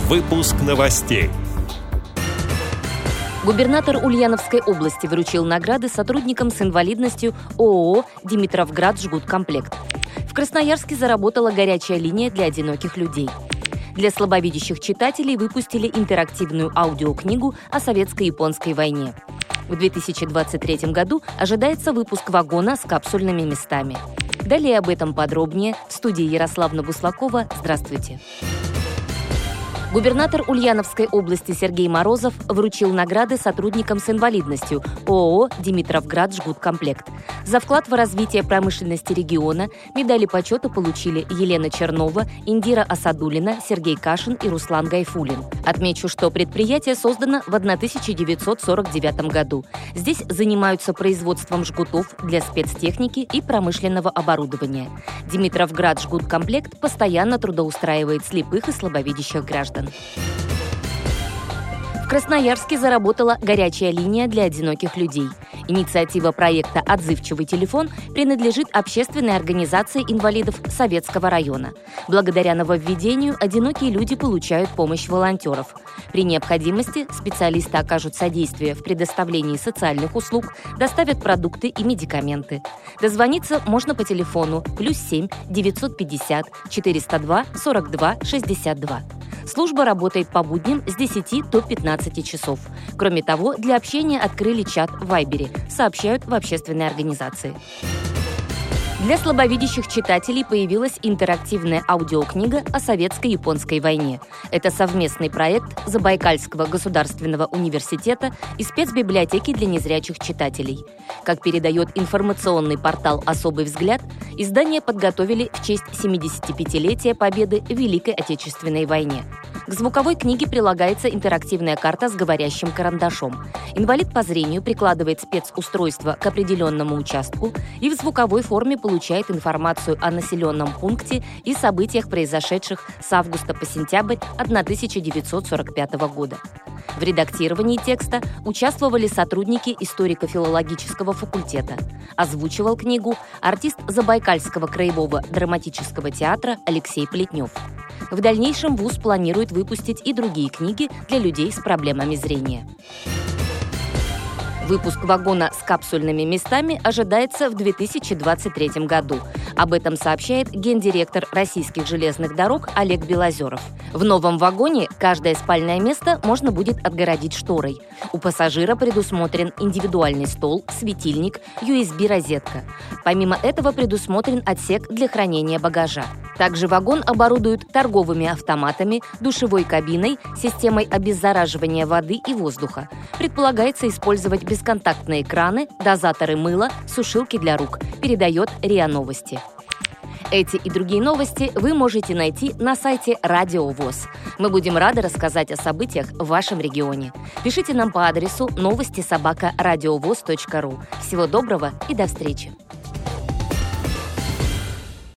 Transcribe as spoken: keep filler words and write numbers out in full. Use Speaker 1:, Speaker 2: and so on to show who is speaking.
Speaker 1: Выпуск новостей.
Speaker 2: Губернатор Ульяновской области вручил награды сотрудникам с инвалидностью ООО «Димитровград-Жгуткомплект». В Красноярске заработала горячая линия для одиноких людей. Для слабовидящих читателей выпустили интерактивную аудиокнигу о советско-японской войне. В две тысячи двадцать третьем году ожидается выпуск вагона с капсульными местами. Далее об этом подробнее в студии Ярославна Буслакова. Здравствуйте. Губернатор Ульяновской области Сергей Морозов вручил награды сотрудникам с инвалидностью ООО «Димитровград-Жгуткомплект». За вклад в развитие промышленности региона медали почета получили Елена Чернова, Индира Асадулина, Сергей Кашин и Руслан Гайфуллин. Отмечу, что предприятие создано в тысяча девятьсот сорок девятом году. Здесь занимаются производством жгутов для спецтехники и промышленного оборудования. Димитровград-Жгуткомплект постоянно трудоустраивает слепых и слабовидящих граждан. В Красноярске заработала горячая линия для одиноких людей. Инициатива проекта «Отзывчивый телефон» принадлежит общественной организации инвалидов Советского района. Благодаря нововведению одинокие люди получают помощь волонтеров. При необходимости специалисты окажут содействие в предоставлении социальных услуг, доставят продукты и медикаменты. Дозвониться можно по телефону плюс семь девятьсот пятьдесят четыреста два сорок два шестьдесят два. Служба работает по будням с десяти до пятнадцати часов. Кроме того, для общения открыли чат в Вайбере, сообщают в общественной организации. Для слабовидящих читателей появилась интерактивная аудиокнига о советско-японской войне. Это совместный проект Забайкальского государственного университета и спецбиблиотеки для незрячих читателей. Как передает информационный портал «Особый взгляд», издание подготовили в честь семидесятипятилетия победы в Великой Отечественной войне. К звуковой книге прилагается интерактивная карта с говорящим карандашом. Инвалид по зрению прикладывает спецустройство к определенному участку и в звуковой форме получает информацию о населенном пункте и событиях, произошедших с августа по сентябрь тысяча девятьсот сорок пятого года. В редактировании текста участвовали сотрудники историко-филологического факультета. Озвучивал книгу артист Забайкальского краевого драматического театра Алексей Плетнев. В дальнейшем вуз планирует выпустить и другие книги для людей с проблемами зрения. Выпуск вагона с капсульными местами ожидается в две тысячи двадцать третьем году. Об этом сообщает гендиректор Российских железных дорог Олег Белозеров. В новом вагоне каждое спальное место можно будет отгородить шторой. У пассажира предусмотрен индивидуальный стол, светильник, ю эс би-розетка. Помимо этого предусмотрен отсек для хранения багажа. Также вагон оборудуют торговыми автоматами, душевой кабиной, системой обеззараживания воды и воздуха. Предполагается использовать бесконтактные краны, дозаторы мыла, сушилки для рук, передает РИА Новости. Эти и другие новости вы можете найти на сайте Радио ВОС. Мы будем рады рассказать о событиях в вашем регионе. Пишите нам по адресу новости собака радиовос точка ру. Всего доброго и до встречи!